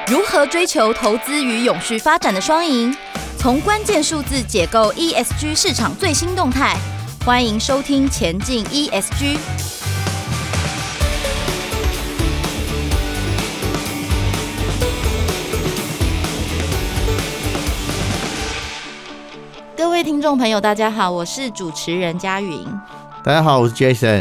如何追求投资与永续发展的双赢？从关键数字解构 ESG 市场最新动态。欢迎收听《前进 ESG》。各位听众朋友，大家好，我是主持人嘉云。 大家好，我是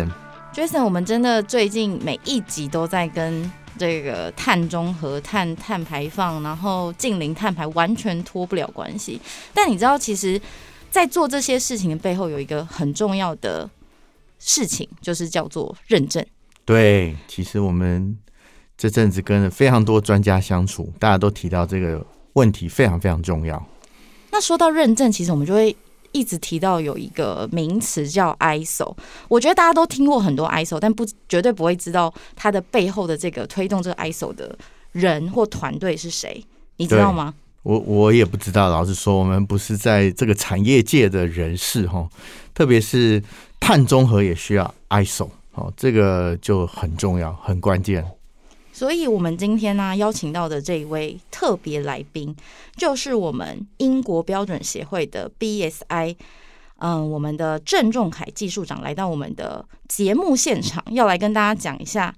Jason。 我们真的最近每一集都在跟这个碳中和、碳排放，然后近零碳排完全脱不了关系。但你知道，其实，在做这些事情的背后，有一个很重要的事情，就是叫做认证。 对，其实我们这阵子跟了非常多专家相处，大家都提到这个问题非常非常重要。 那说到认证，其实我们就会一直提到有一个名词叫 ISO， 我觉得大家都听过很多 ISO， 但绝对不会知道它的背后的这个推动这个 ISO 的人或团队是谁，你知道吗？ 我也不知道，老实说，我们不是在这个产业界的人士，特别是碳中和也需要 ISO， 这个就很重要，很关键。 所以我们今天呢，邀请到的这一位特别来宾，就是我们英国标准协会的 BSI， 我们的郑仲凯技术长来到我们的节目现场，要来跟大家讲一下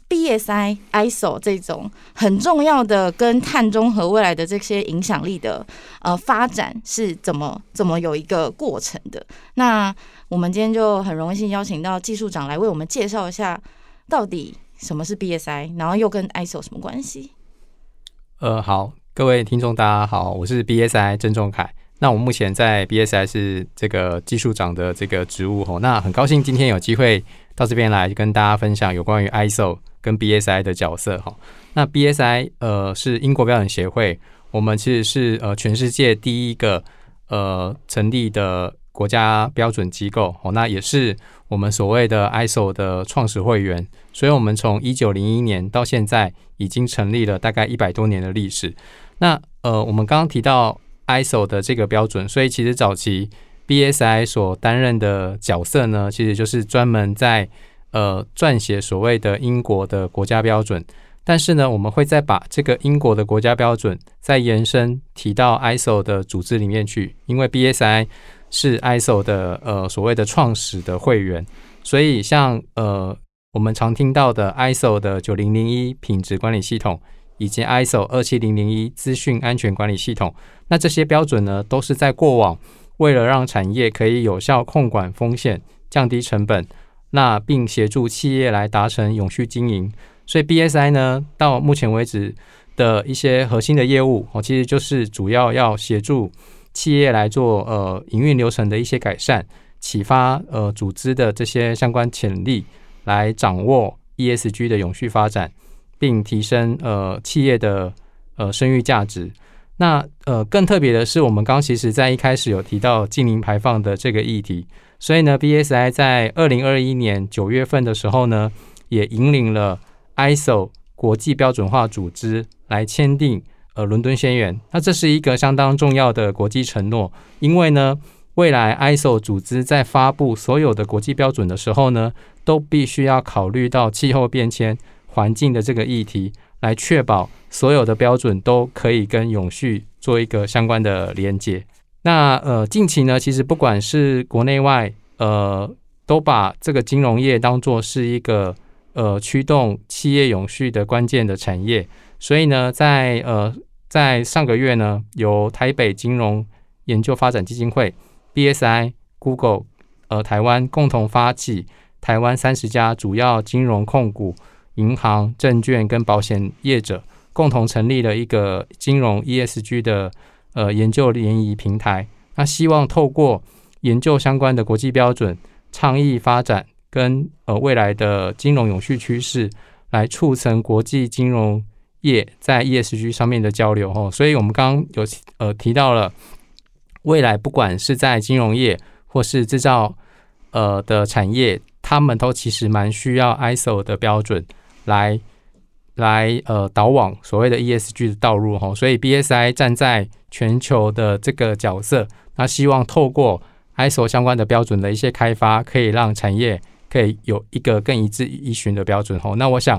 BSI ISO 这种很重要的跟碳中和未来的这些影响力的发展是怎么有一个过程的。那我们今天就很荣幸邀请到技术长来为我们介绍一下到底什么是 BSI， 然后又跟 ISO 有什么关系？ 好，各位听众大家好，我是 BSI 郑仲凯。那我目前在 BSI 是这个技术长的这个职务，那很高兴今天有机会到这边来跟大家分享有关于 ISO 跟 BSI 的角色。那 BSI 是英国标准协会，我们其实是全世界第一个成立的国家标准机构，那也是我们所谓的 ISO 的创始会员，所以我们从1901年到现在已经成立了大概100多年的历史。那我们刚刚提到 ISO 的这个标准，所以其实早期 BSI 所担任的角色呢，其实就是专门在撰写所谓的英国的国家标准。但是呢，我们会再把这个英国的国家标准再延伸提到 ISO 的组织里面去，因为 BSI 是 ISO 的所谓的创始的会员，所以像我们常听到的 ISO 的9001品质管理系统，以及 ISO 27001资讯安全管理系统，那这些标准呢，都是在过往为了让产业可以有效控管风险、降低成本，那并协助企业来达成永续经营。所以 BSI 呢，到目前为止的一些核心的业务，其实就是主要协助企业来做营运流程的一些改善，启发组织的这些相关潜力，来掌握 ESG 的永续发展，并提升企业的声誉价值。那更特别的是，我们刚其实在一开始有提到净零排放的这个议题，所以呢 BSI 在2021年9月份的时候呢，也引领了 ISO 国际标准化组织来签订伦敦宣言。那这是一个相当重要的国际承诺，因为呢，未来 ISO 组织在发布所有的国际标准的时候呢，都必须要考虑到气候变迁、环境的这个议题，来确保所有的标准都可以跟永续做一个相关的连结。那近期呢，其实不管是国内外，都把这个金融业当作是一个驱动企业永续的关键的产业。所以呢，在上个月呢，由台北金融研究发展基金会、BSI、Google、台湾共同发起台湾30家主要金融控股、银行、证券跟保险业者共同成立了一个金融 ESG 的研究联谊平台。那希望透过研究相关的国际标准、倡议发展跟未来的金融永续趋势，来促成国际金融业在 ESG 上面的交流。所以我们刚刚有提到了，未来不管是在金融业或是制造的产业，他们都其实蛮需要 ISO 的标准来导往所谓的 ESG 的道路。所以 BSI 站在全球的这个角色，那希望透过 ISO 相关的标准的一些开发，可以让产业可以有一个更一致依循的标准。那我想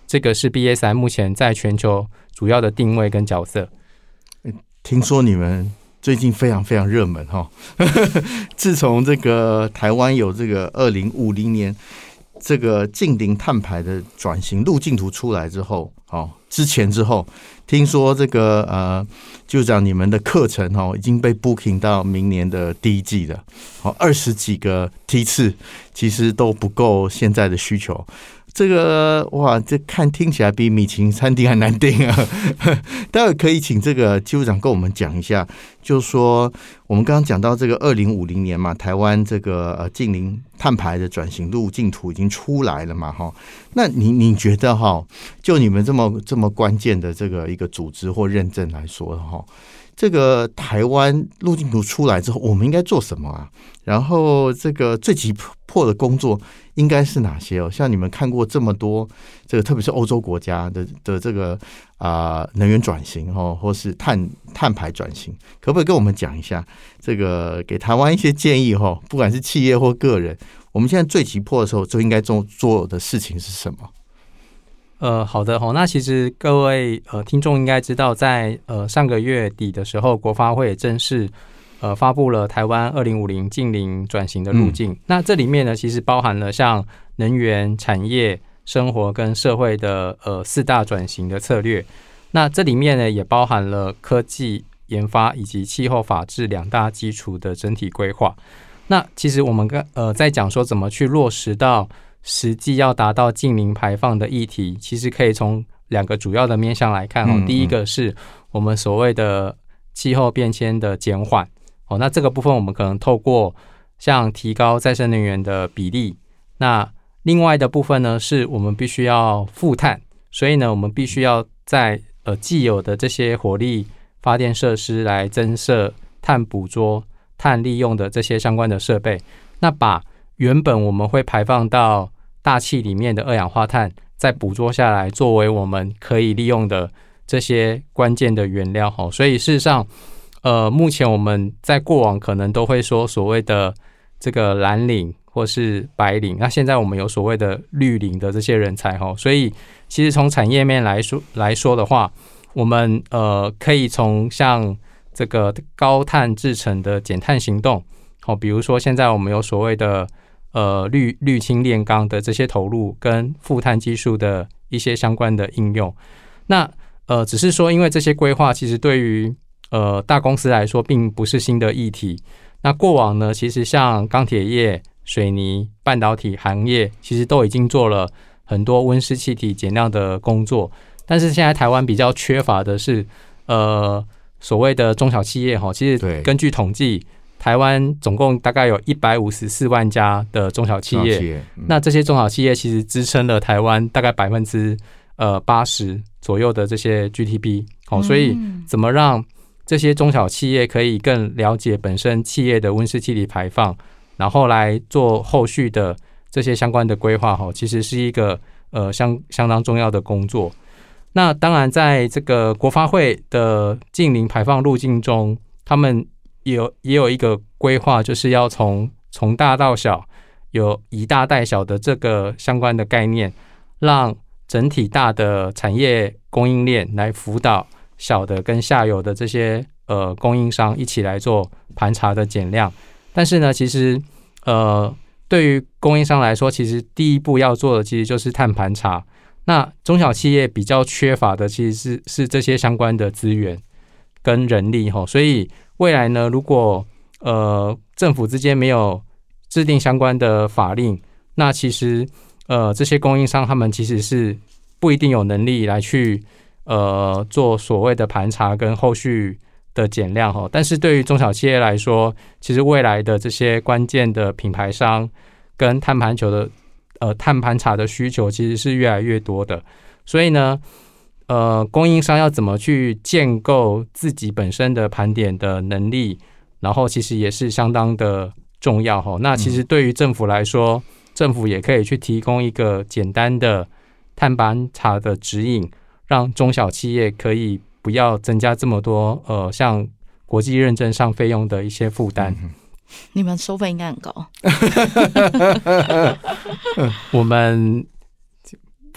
这个是 BSI 目前在全球主要的定位跟角色。 听说你们最近非常非常热门哈，自从这个台湾有这个2050年这个净零碳排的转型路径图出来之后，之后，听说这个就讲你们的课程已经被 booking 到明年的第一季了，20几个梯次，其实都不够现在的需求。这个哇，这听起来比米其林餐厅还难订啊！待会可以请这个技术长跟我们讲一下，就是说我们刚刚讲到这个2050年嘛，台湾这个净零碳排的转型路径图已经出来了嘛，那你觉得就你们这么关键的这个一个组织或认证来说这个台湾路径图出来之后，我们应该做什么啊？然后这个最急迫的工作应该是哪些像你们看过这么多这个，特别是欧洲国家的这个能源转型或是碳排转型，可不可以跟我们讲一下这个，给台湾一些建议不管是企业或个人，我们现在最急迫的时候就应该做的事情是什么？ 好的那其实各位听众应该知道，在上个月底的时候，国发会也正式发布了台湾2050净零转型的路径。那这里面呢，其实包含了像能源、产业、生活跟社会的4大转型的策略。那这里面呢，也包含了科技研发以及气候法治2大基础的整体规划。那其实我们在讲说怎么去落实到实际要达到净零排放的议题，其实可以从2个主要的面向来看第一个是我们所谓的气候变迁的减缓那这个部分我们可能透过像提高再生能源的比例。那另外的部分呢，是我们必须要负碳，所以呢，我们必须要在既有的这些火力发电设施来增设碳捕捉、碳利用的这些相关的设备，那把原本我们会排放到大气里面的二氧化碳再捕捉下来，作为我们可以利用的这些关键的原料所以事实上目前我们在过往可能都会说所谓的这个蓝领或是白领，那现在我们有所谓的绿领的这些人才所以其实从产业面来说的话，我们可以从像这个高碳制成的减碳行动比如说现在我们有所谓的氯氢炼钢的这些投入跟负碳技术的一些相关的应用。那只是说因为这些规划其实对于大公司来说并不是新的议题。那过往呢，其实像钢铁业、水泥、半导体行业其实都已经做了很多温室气体减量的工作，但是现在台湾比较缺乏的是所谓的中小企业其实根据统计，台湾总共大概有154万家的中小企业，那这些中小企业其实支撑了台湾大概80%左右的这些 GDP 所以怎么让这些中小企业可以更了解本身企业的温室气体排放，然后来做后续的这些相关的规划其实是一个相当重要的工作。那当然在这个国发会的净零排放路径中，他们也有一个规划，就是要从大到小，有以大带小的这个相关的概念，让整体大的产业供应链来辅导小的跟下游的这些供应商一起来做盘查的减量。但是呢，其实对于供应商来说，其实第一步要做的其实就是碳盘查。那中小企业比较缺乏的其实是这些相关的资源跟人力所以未来呢，如果政府之间没有制定相关的法令，那其实这些供应商他们其实是不一定有能力来去做所谓的盘查跟后续的减量但是对于中小企业来说，其实未来的这些关键的品牌商跟碳盘查的需求其实是越来越多的。所以呢供应商要怎么去建构自己本身的盘点的能力，然后其实也是相当的重要那其实对于政府来说，政府也可以去提供一个简单的碳盘查的指引，让中小企业可以不要增加这么多像国际认证上费用的一些负担。 你们收费应该很高。 我们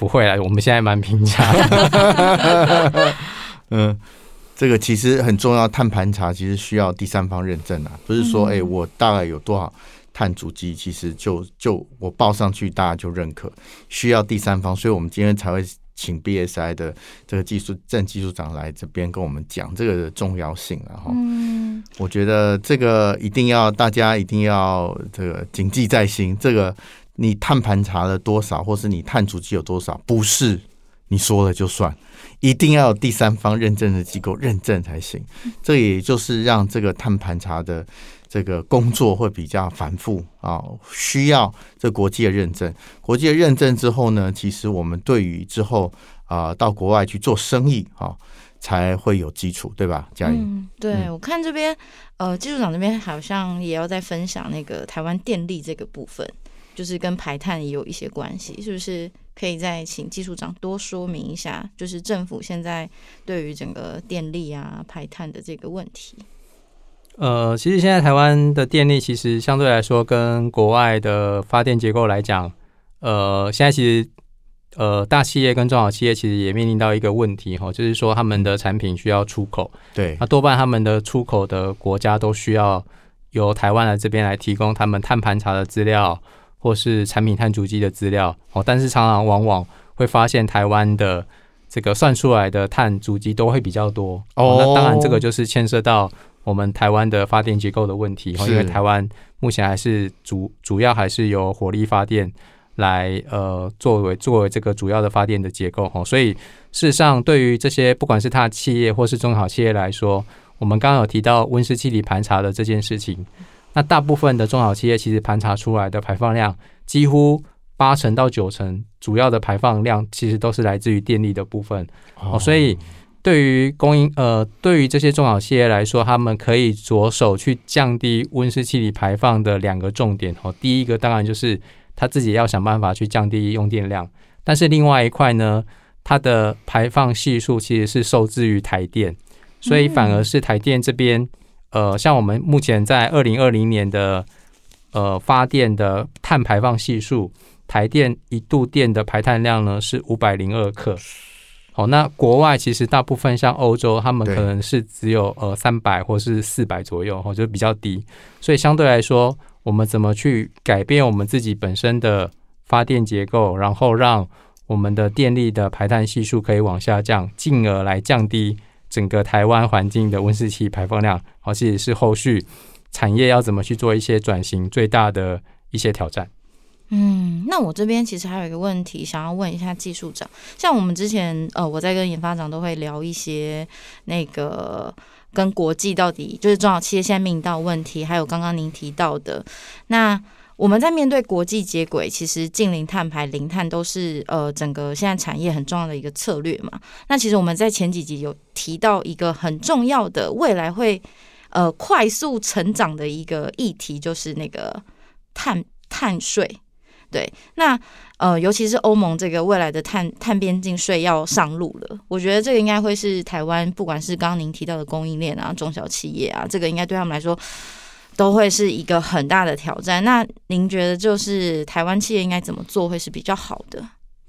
不会啦，我们现在蛮平价的。 这个其实很重要，碳盘查其实需要第三方认证啊，不是说我大概有多少碳足迹，其实就我报上去大家就认可，需要第三方，所以我们今天才会请 BSI 的这个郑技术长来这边跟我们讲这个的重要性了哈。我觉得这个大家一定要这个谨记在心，这个你碳盘查了多少，或是你碳足迹有多少，不是你说了就算，一定要有第三方认证的机构认证才行。这也就是让这个碳盘查的这个工作会比较繁复啊，需要这国际的认证。国际的认证之后呢，其实我们对于之后到国外去做生意才会有基础，对吧？嘉颖， 对，我看这边技术长这边好像也要再分享那个台湾电力这个部分，就是跟排碳也有一些关系，是不是？可以再请技术长多说明一下，就是政府现在对于整个电力排碳的这个问题。 其实现在台湾的电力其实相对来说跟国外的发电结构来讲，现在其实大企业跟中小企业其实也面临到一个问题就是说他们的产品需要出口， 对， 那多半他们的出口的国家都需要由台湾的这边来提供他们碳盘查的资料，或是产品碳足迹的资料但是常常往往会发现台湾的这个算出来的碳足迹都会比较多那当然这个就是牵涉到我们台湾的发电结构的问题因为台湾目前还是主要还是由火力发电来作为这个主要的发电的结构所以事实上对于这些不管是大企业或是中小企业来说，我们刚刚有提到温室气体盘查的这件事情，那大部分的中小企业其实盘查出来的排放量几乎80%到90%主要的排放量其实都是来自于电力的部分所以对于对于这些中小企业来说，他们可以着手去降低温室气体排放的2个重点第一个当然就是他自己要想办法去降低用电量，但是另外一块呢，它的排放系数其实是受制于台电，所以反而是台电这边像我们目前在2020年的发电的碳排放系数，台电1度电的排碳量呢是502克。那国外其实大部分像欧洲，他们可能是只有300或是400左右，就比较低。所以相对来说，我们怎么去改变我们自己本身的发电结构，然后让我们的电力的排碳系数可以往下降，进而来降低整个台湾环境的温室气体排放量，其实是后续产业要怎么去做一些转型最大的一些挑战。 那我这边其实还有一个问题想要问一下技术长，像我们之前我在跟研发长都会聊一些那个跟国际到底就是中小企业现在面临到的问题，还有刚刚您提到的，那我们在面对国际接轨，其实净零碳排、零碳都是整个现在产业很重要的一个策略嘛。那其实我们在前几集有提到一个很重要的未来会快速成长的一个议题，就是那个碳税。对，那尤其是欧盟这个未来的碳边境税要上路了，我觉得这个应该会是台湾不管是刚刚您提到的供应链中小企业这个应该对他们来说都会是一个很大的挑战。那您觉得就是台湾企业应该怎么做会是比较好的？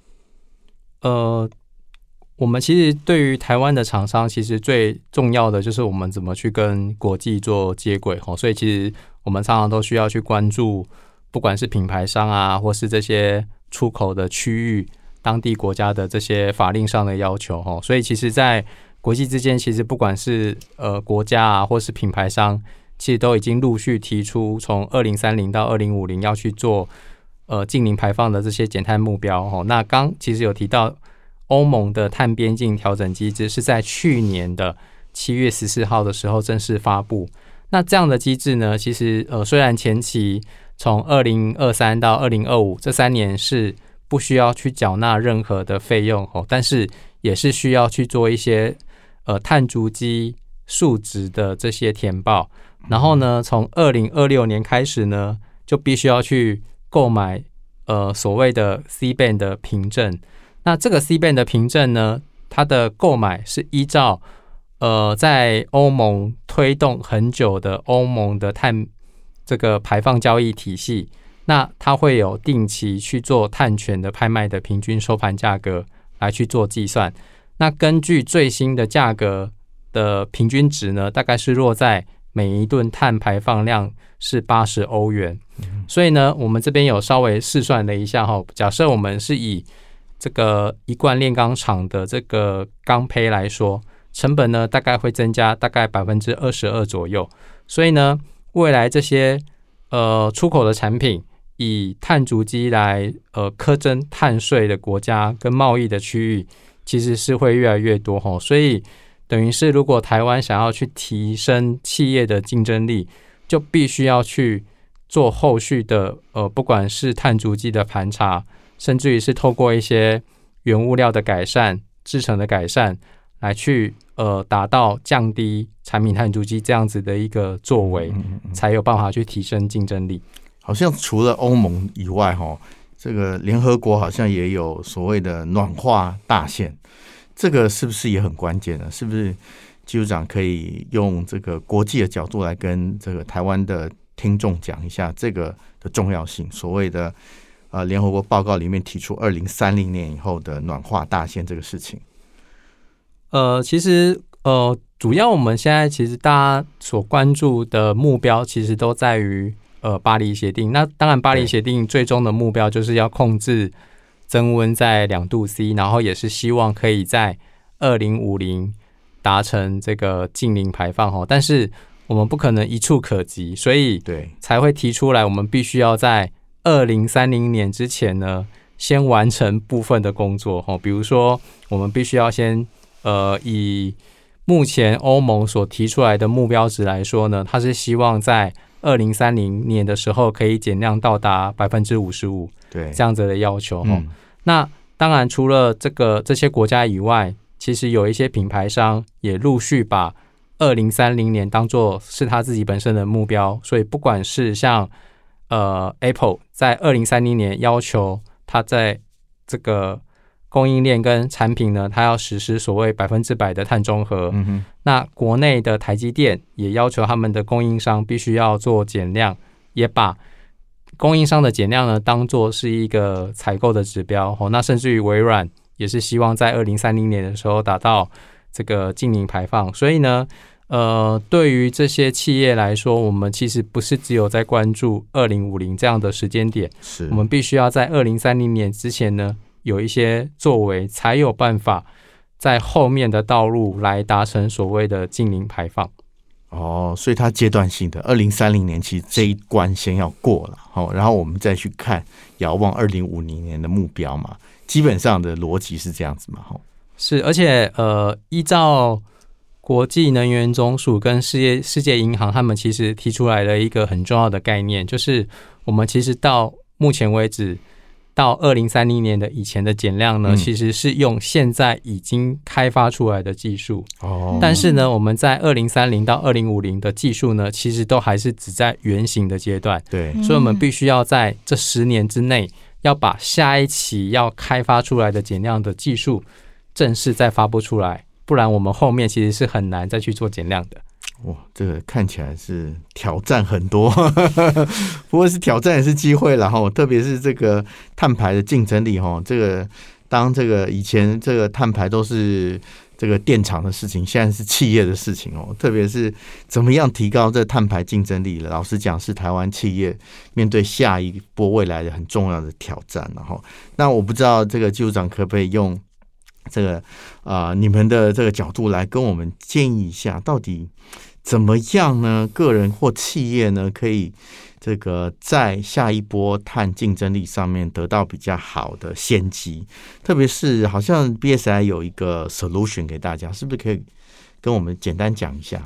我们其实对于台湾的厂商，其实最重要的就是我们怎么去跟国际做接轨所以其实我们常常都需要去关注不管是品牌商或是这些出口的区域当地国家的这些法令上的要求所以其实在国际之间，其实不管是国家或是品牌商，其实都已经陆续提出从2030到2050要去做净零排放的这些减碳目标那刚其实有提到欧盟的碳边境调整机制是在去年的7月14号的时候正式发布。那这样的机制呢，其实虽然前期从2023到2025这3年是不需要去缴纳任何的费用但是也是需要去做一些碳足迹数值的这些填报。然后呢，从2026年开始呢，就必须要去购买所谓的 C-band 的凭证。那这个 C-band 的凭证呢，它的购买是依照在欧盟推动很久的欧盟的碳这个排放交易体系那它会有定期去做碳权的拍卖的平均收盘价格来去做计算。那根据最新的价格的平均值呢，大概是落在每一吨碳排放量是80欧元。所以呢，我们这边有稍微试算了一下哈，假设我们是以这个一贯炼钢厂的这个钢坯来说，成本呢大概会增加大概 22% 左右。所以呢，未来这些出口的产品以碳足迹来课征碳税的国家跟贸易的区域，其实是会越来越多齁。所以等于是如果台湾想要去提升企业的竞争力，就必须要去做后续的不管是碳足迹的盘查，甚至于是透过一些原物料的改善、制程的改善，来去达到降低产品碳足迹这样子的一个作为，才有办法去提升竞争力。 好像除了欧盟以外，这个联合国好像也有所谓的暖化大限，这个是不是也很关键呢？是不是技术长可以用这个国际的角度来跟这个台湾的听众讲一下这个的重要性？所谓的联合国报告里面提出2030年以后的暖化大限这个事情。 其实主要我们现在其实大家所关注的目标，其实都在于巴黎协定。那当然，巴黎协定最终的目标就是要控制增温在2度C， 然后也是希望可以在2050达成这个净零排放。但是我们不可能一触可及，所以才会提出来，我们必须要在2030年之前呢，先完成部分的工作。比如说，我们必须要先以目前欧盟所提出来的目标值来说呢，它是希望在2030年的时候可以减量到达 55%， 这样子的要求。那当然除了这些国家以外，其实有一些品牌商也陆续把2030年当作是他自己本身的目标，所以不管是像Apple 在2030年要求他在这个供应链跟产品呢，它要实施所谓100%的碳中和。那国内的台积电也要求他们的供应商必须要做减量，也把供应商的减量呢当作是一个采购的指标。那甚至于微软也是希望在2030年的时候达到这个净零排放。所以呢，对于这些企业来说，我们其实不是只有在关注2050这样的时间点，我们必须要在2030年之前呢有一些作为，才有办法在后面的道路来达成所谓的净零排放。 所以它阶段性的2030年其实这一关先要过了，然后我们再去看遥望2050年的目标嘛，基本上的逻辑是这样子嘛。 是，而且依照国际能源总署跟世界银行他们其实提出来的一个很重要的概念，就是我们其实到目前为止到2030年的以前的减量呢，其实是用现在已经开发出来的技术。但是呢，我们在2030到2050的技术呢，其实都还是只在原型的阶段。所以我们必须要在这10年之内，要把下一期要开发出来的减量的技术正式再发布出来，不然我们后面其实是很难再去做减量的。 这个看起来是挑战很多不过是挑战也是机会啦，特别是这个碳排的竞争力，这个当这个以前这个碳排都是这个电厂的事情，现在是企业的事情，特别是怎么样提高这碳排竞争力，老实讲是台湾企业面对下一波未来的很重要的挑战。那我不知道这个技术长可不可以用这个你们的这个角度来跟我们建议一下，到底怎么样呢？个人或企业呢，可以这个在下一波碳竞争力上面得到比较好的先机，特别是好像 BSI 有一个 solution 给大家，是不是可以跟我们简单讲一下？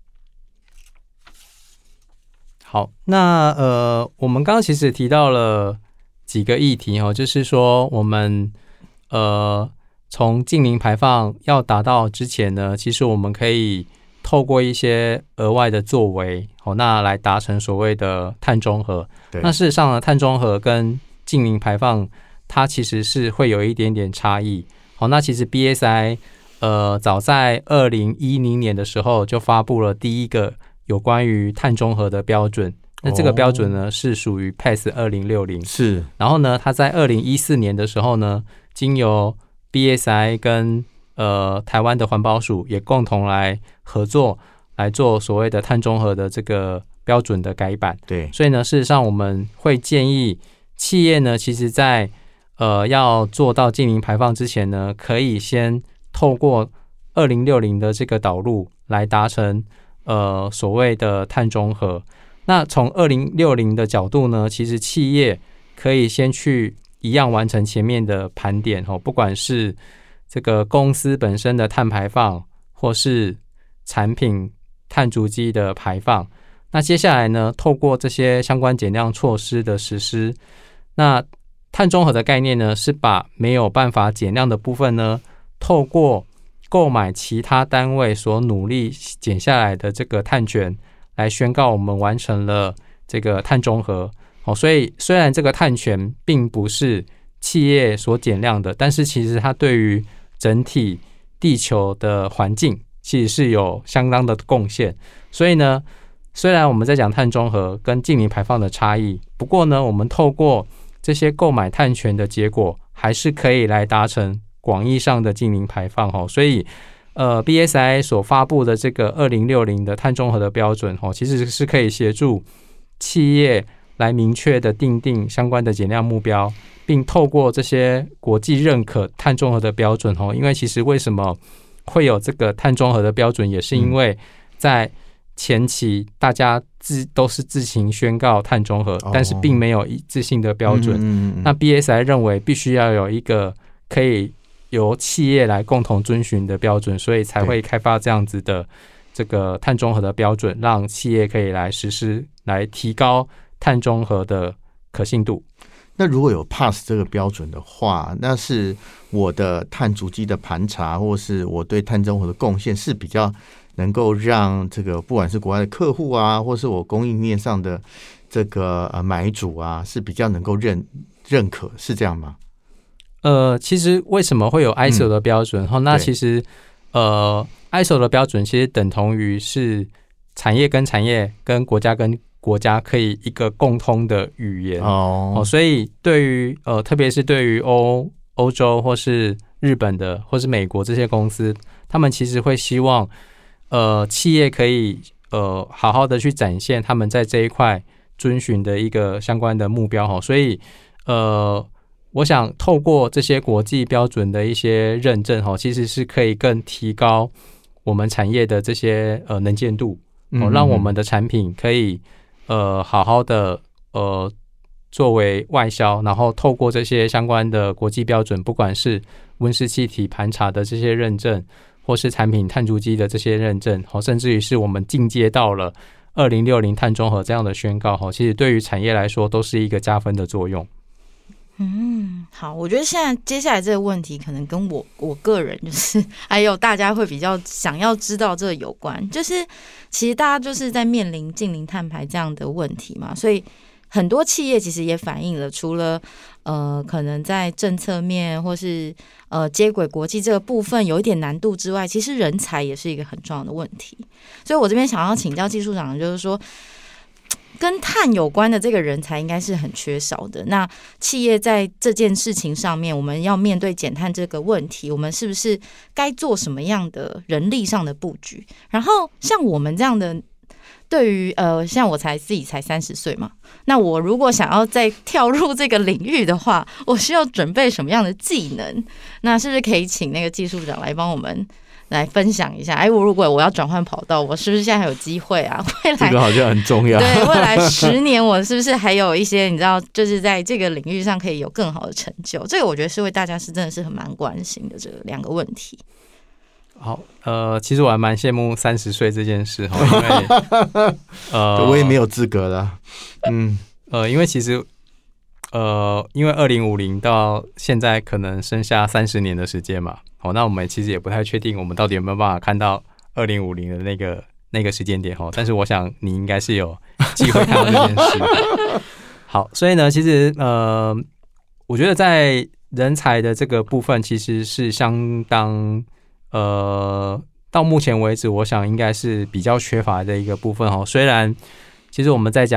好，那我们刚刚其实提到了几个议题，就是说我们从净零排放要达到之前呢，其实我们可以透过一些额外的作为，那来达成所谓的碳中和。那事实上呢，碳中和跟净零排放它其实是会有一点点差异。那其实 BSI 早在2010年的时候就发布了第一个有关于碳中和的标准， 那这个标准呢是属于 PAS 2060， 是， 然后呢，它在2014年的时候呢，经由 BSI 跟台湾的环保署也共同来合作来做所谓的碳中和的这个标准的改版。 对， 所以呢，事实上我们会建议企业呢，其实在要做到净零排放之前呢，可以先透过2060的这个导入来达成所谓的碳中和。那从2060的角度呢，其实企业可以先去一样完成前面的盘点，不管是这个公司本身的碳排放，或是产品碳足迹的排放。那接下来呢，透过这些相关减量措施的实施，那碳中和的概念呢，是把没有办法减量的部分呢，透过购买其他单位所努力减下来的这个碳权，来宣告我们完成了这个碳中和。所以虽然这个碳权并不是企业所减量的，但是其实它对于整体地球的环境其实是有相当的贡献。所以呢，虽然我们在讲碳中和跟净零排放的差异，不过呢，我们透过这些购买碳权的结果，还是可以来达成广义上的净零排放。所以BSI 所发布的这个2060的碳中和的标准，其实是可以协助企业来明确的订定相关的减量目标，并透过这些国际认可碳中和的标准。因为其实为什么会有这个碳中和的标准，也是因为在前期大家都是自行宣告碳中和，但是并没有一致性的标准。那 BSI 认为必须要有一个可以由企业来共同遵循的标准，所以才会开发这样子的这个碳中和的标准，让企业可以来实施，来提高碳中和的可信度。 那如果有 PAS 这个标准的话，那是我的碳足迹的盘查，或是我对碳中和的贡献是比较能够让这个不管是国外的客户啊，或是我供应链上的这个买主啊，是比较能够认可，是这样吗？ 其实为什么会有 ISO 的标准？那其实ISO 的标准其实等同于是产业跟产业跟国家跟国家可以一个共通的语言。所以对于特别是对于欧洲或是日本的或是美国这些公司，他们其实会希望企业可以好好的去展现他们在这一块遵循的一个相关的目标。所以我想透过这些国际标准的一些认证，其实是可以更提高我们产业的这些能见度，让我们的产品可以好好的作为外销，然后透过这些相关的国际标准，不管是温室气体盘查的这些认证，或是产品碳足迹的这些认证，甚至于是我们进阶到了2060碳中和这样的宣告，其实对于产业来说都是一个加分的作用。 好，我觉得现在接下来这个问题可能跟我个人就是还有大家会比较想要知道这个有关，就是其实大家就是在面临净零碳排这样的问题嘛，所以很多企业其实也反映了，除了可能在政策面或是接轨国际这个部分有一点难度之外，其实人才也是一个很重要的问题。所以我这边想要请教技术长，就是说跟碳有关的这个人才应该是很缺少的。那企业在这件事情上面，我们要面对减碳这个问题，我们是不是该做什么样的人力上的布局？然后像我们这样的，对于像我自己才30岁嘛，那我如果想要再跳入这个领域的话，我需要准备什么样的技能？那是不是可以请那个技术长来帮我们来分享一下？如果我要转换跑道，我是不是现在还有机会啊？未来这个好像很重要。 对，未来10年我是不是还有一些你知道，就是在这个领域上可以有更好的成就？这个我觉得是为大家是真的是很蛮关心的这两个问题。 好，其实我还蛮羡慕30岁这件事，因为我也没有资格啦。 因为其实因为2050到现在可能剩下30年的时间嘛，那我们其实也不太确定我们到底有没有办法看到2050的那个时间点，但是我想你应该是有机会看到这件事。好，所以呢，其实我觉得在人才的这个部分其实是相当到目前为止我想应该是比较缺乏的一个部分。虽然其实我们在讲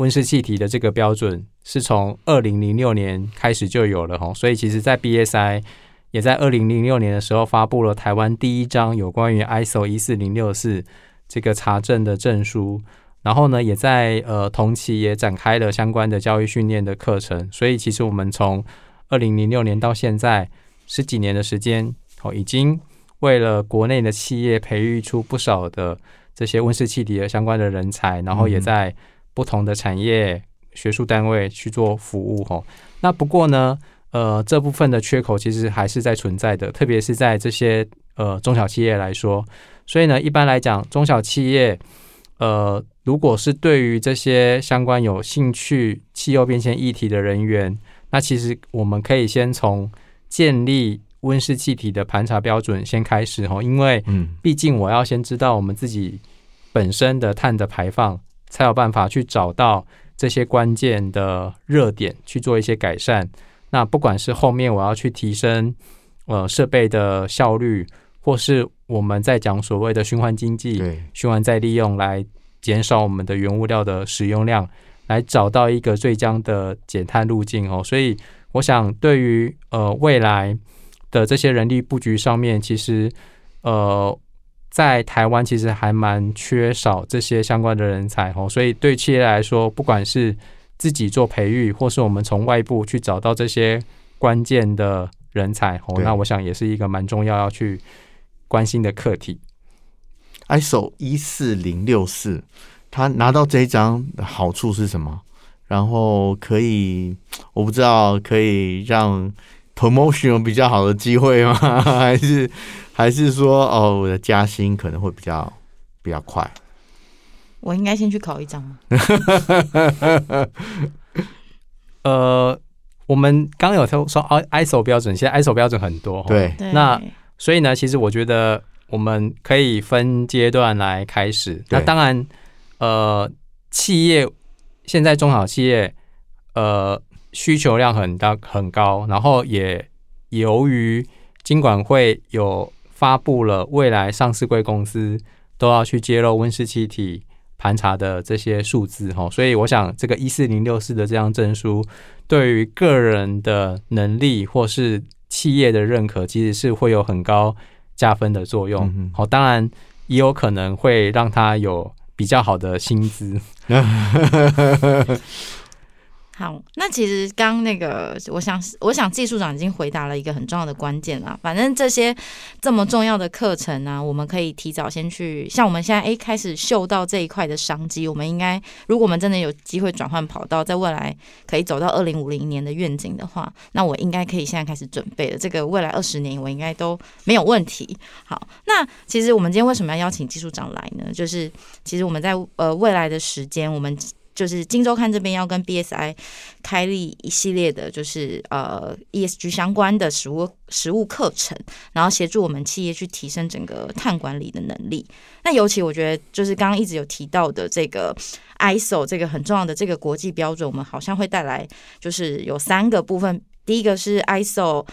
温室气体的这个标准是从2006年开始就有了，所以其实在 BSI 也在2006年的时候发布了台湾第一张有关于 ISO 14064这个查证的证书，然后呢也在同期也展开了相关的教育训练的课程，所以其实我们从2006年到现在10几年的时间，已经为了国内的企业培育出不少的这些温室气体的相关的人才，然后也在不同的产业学术单位去做服务。那不过呢这部分的缺口其实还是在存在的，特别是在这些中小企业来说。所以呢一般来讲中小企业如果是对于这些相关有兴趣气候变迁议题的人员，那其实我们可以先从建立温室气体的盘查标准先开始，因为毕竟我要先知道我们自己本身的碳的排放，才有办法去找到这些关键的热点去做一些改善。那不管是后面我要去提升设备的效率，或是我们在讲所谓的循环经济、循环再利用，来减少我们的原物料的使用量，来找到一个最佳的减碳路径。所以我想对于未来的这些人力布局上面，其实在台湾其实还蛮缺少这些相关的人才，所以对企业来说，不管是自己做培育，或是我们从外部去找到这些关键的人才，那我想也是一个蛮重要去关心的课题。 ISO 14064他拿到这一张的好处是什么？然后我不知道可以让 promotion 有比较好的机会吗？还是说我的加薪可能会比较快？ 我应该先去考一张吗？ 我们刚有说 ISO 标准，现在 ISO 标准很多， 对， 那所以呢，其实我觉得我们可以分阶段来开始。那当然，企业现在中小企业需求量很高，然后也由于金管会有发布了未来上市柜公司都要去揭露温室气体盘查的这些数字，所以我想这个14064的这张证书对于个人的能力或是企业的认可，其实是会有很高加分的作用。当然也有可能会让他有比较好的薪资。 好，那其实刚那个，我想技术长已经回答了一个很重要的关键啦。反正这些这么重要的课程啊，我们可以提早先去，像我们现在开始嗅到这一块的商机，我们应该，如果我们真的有机会转换跑道，在未来可以走到2050年的愿景的话，那我应该可以现在开始准备了。这个未来20年，我应该都没有问题。好，那其实我们今天为什么要邀请技术长来呢？就是其实我们在未来的时间，我们就是今周刊这边要跟 BSI 开立一系列的，就是ESG 相关的实务课程，然后协助我们企业去提升整个碳管理的能力。那尤其我觉得，就是刚刚一直有提到的这个 ISO 这个很重要的这个国际标准，我们好像会带来就是有3个部分。第一个是 ISO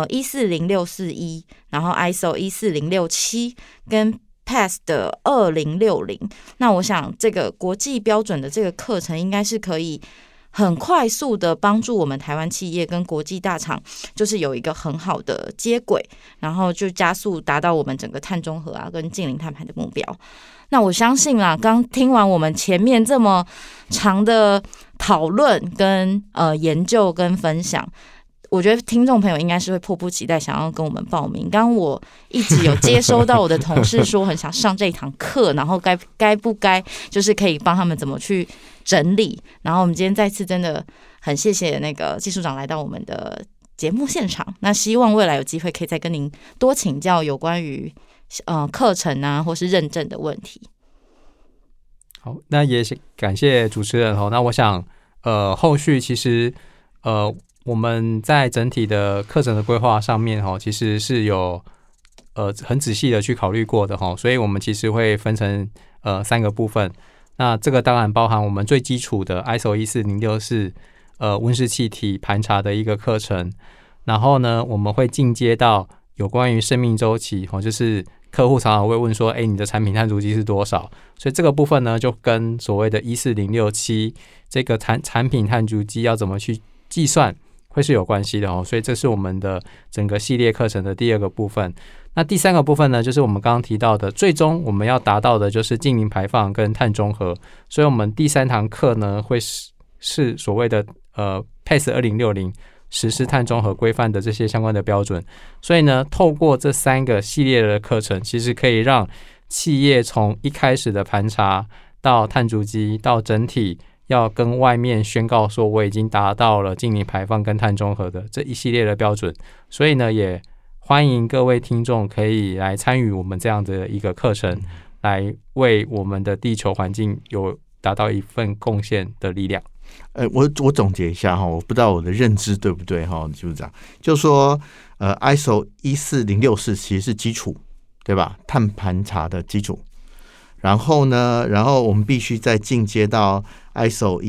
14064E，然后 ISO 14067跟PAS 的2060，那我想这个国际标准的这个课程应该是可以很快速的帮助我们台湾企业跟国际大厂，就是有一个很好的接轨，然后就加速达到我们整个碳中和啊跟净零碳排的目标。那我相信啦，刚听完我们前面这么长的讨论跟研究跟分享，我觉得听众朋友应该是会迫不及待想要跟我们报名。刚刚我一直有接收到我的同事说很想上这一堂课，然后该不该就是可以帮他们怎么去整理。然后我们今天再次真的很谢谢那个技术长来到我们的节目现场。那希望未来有机会可以再跟您多请教有关于课程啊或是认证的问题。 好，那也感谢主持人。那我想后续其实我们在整体的课程的规划上面其实是有很仔细的去考虑过的，所以我们其实会分成3个部分。那这个当然包含我们最基础的 ISO 14064温室气体盘查的一个课程，然后呢我们会进阶到有关于生命周期，就是客户常常会问说，你的产品碳足迹是多少？所以这个部分呢，就跟所谓的14067这个产品碳足迹要怎么去计算，会是有关系的哦。所以这是我们的整个系列课程的第2个部分。那第3个部分呢，就是我们刚刚提到的，最终我们要达到的就是净零排放跟碳中和。所以我们第3堂课呢，会是所谓的PACE 2060。实施碳中和规范的这些相关的标准，所以呢，透过这3个系列的课程，其实可以让企业从一开始的盘查到碳足迹，到整体要跟外面宣告说我已经达到了净零排放跟碳中和的这一系列的标准。所以呢，也欢迎各位听众可以来参与我们这样的一个课程，来为我们的地球环境有达到一份贡献的力量。 我总结一下哈，我不知道我的认知对不对哈，就是这样，就是说ISO 14064其实是基础，对吧？碳盘查的基础。然后我们必须再进阶到 ISO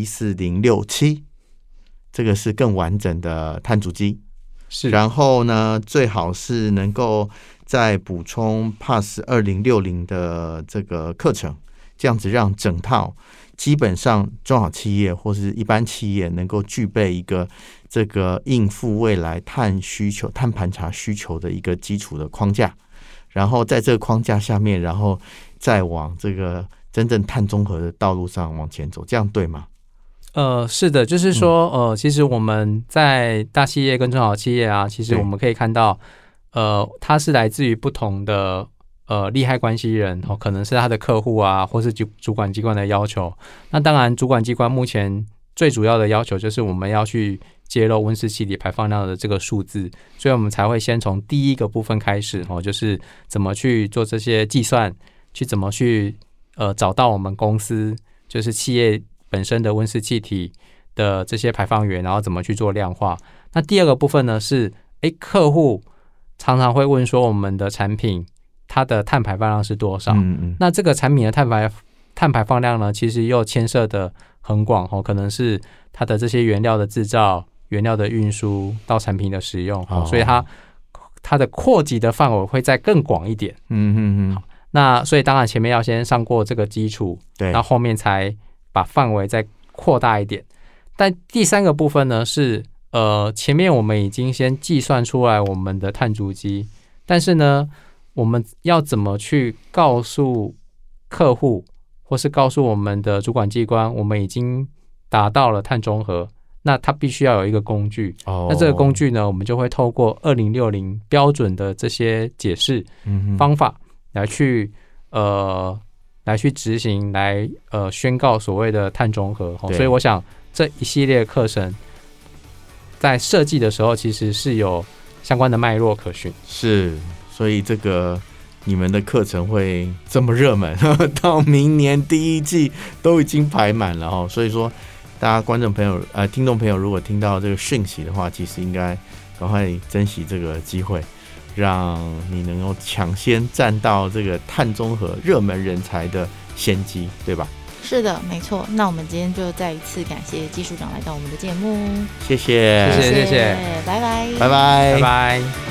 14067，这个是更完整的碳足迹。 是。然后呢，最好是能够再补充 PAS 2060的这个课程，这样子让整套基本上中小企业或是一般企业能够具备一个这个应付未来碳盘查需求的一个基础的框架，然后在这个框架下面，然后再往这个真正碳中和的道路上往前走，这样对吗？ 是的，就是说其实我们在大企业跟中小企业啊，其实我们可以看到它是来自于不同的利害关系人，可能是他的客户啊，或是主管机关的要求。那当然主管机关目前最主要的要求就是我们要去揭露温室气体排放量的这个数字，所以我们才会先从第1个部分开始，就是怎么去做这些计算，去怎么去找到我们公司就是企业本身的温室气体的这些排放源，然后怎么去做量化。那第2个部分呢是客户常常会问说我们的产品它的碳排放量是多少？那这个产品的碳排放量呢，其实又牵涉的很广，可能是它的这些原料的制造、原料的运输到产品的使用，所以它的扩及的范围会再更广一点。好，那所以当然前面要先上过这个基础，对，然后后面才把范围再扩大一点。但第3个部分呢是前面我们已经先计算出来我们的碳足迹，但是呢，我们要怎么去告诉客户，或是告诉我们的主管机关，我们已经达到了碳中和？那它必须要有一个工具。那这个工具呢，我们就会透过2060标准的这些解释方法来去执行，来宣告所谓的碳中和。所以我想这一系列课程在设计的时候，其实是有相关的脉络可循。 是。所以这个你们的课程会这么热门，到明年第1季都已经排满了。所以说大家观众朋友听众朋友如果听到这个讯息的话，其实应该赶快珍惜这个机会，让你能够抢先占到这个碳中和热门人才的先机，对吧？ 是的，没错。那我们今天就再一次感谢技术长来到我们的节目， 谢谢， 谢谢， 拜拜， 拜拜， 拜拜。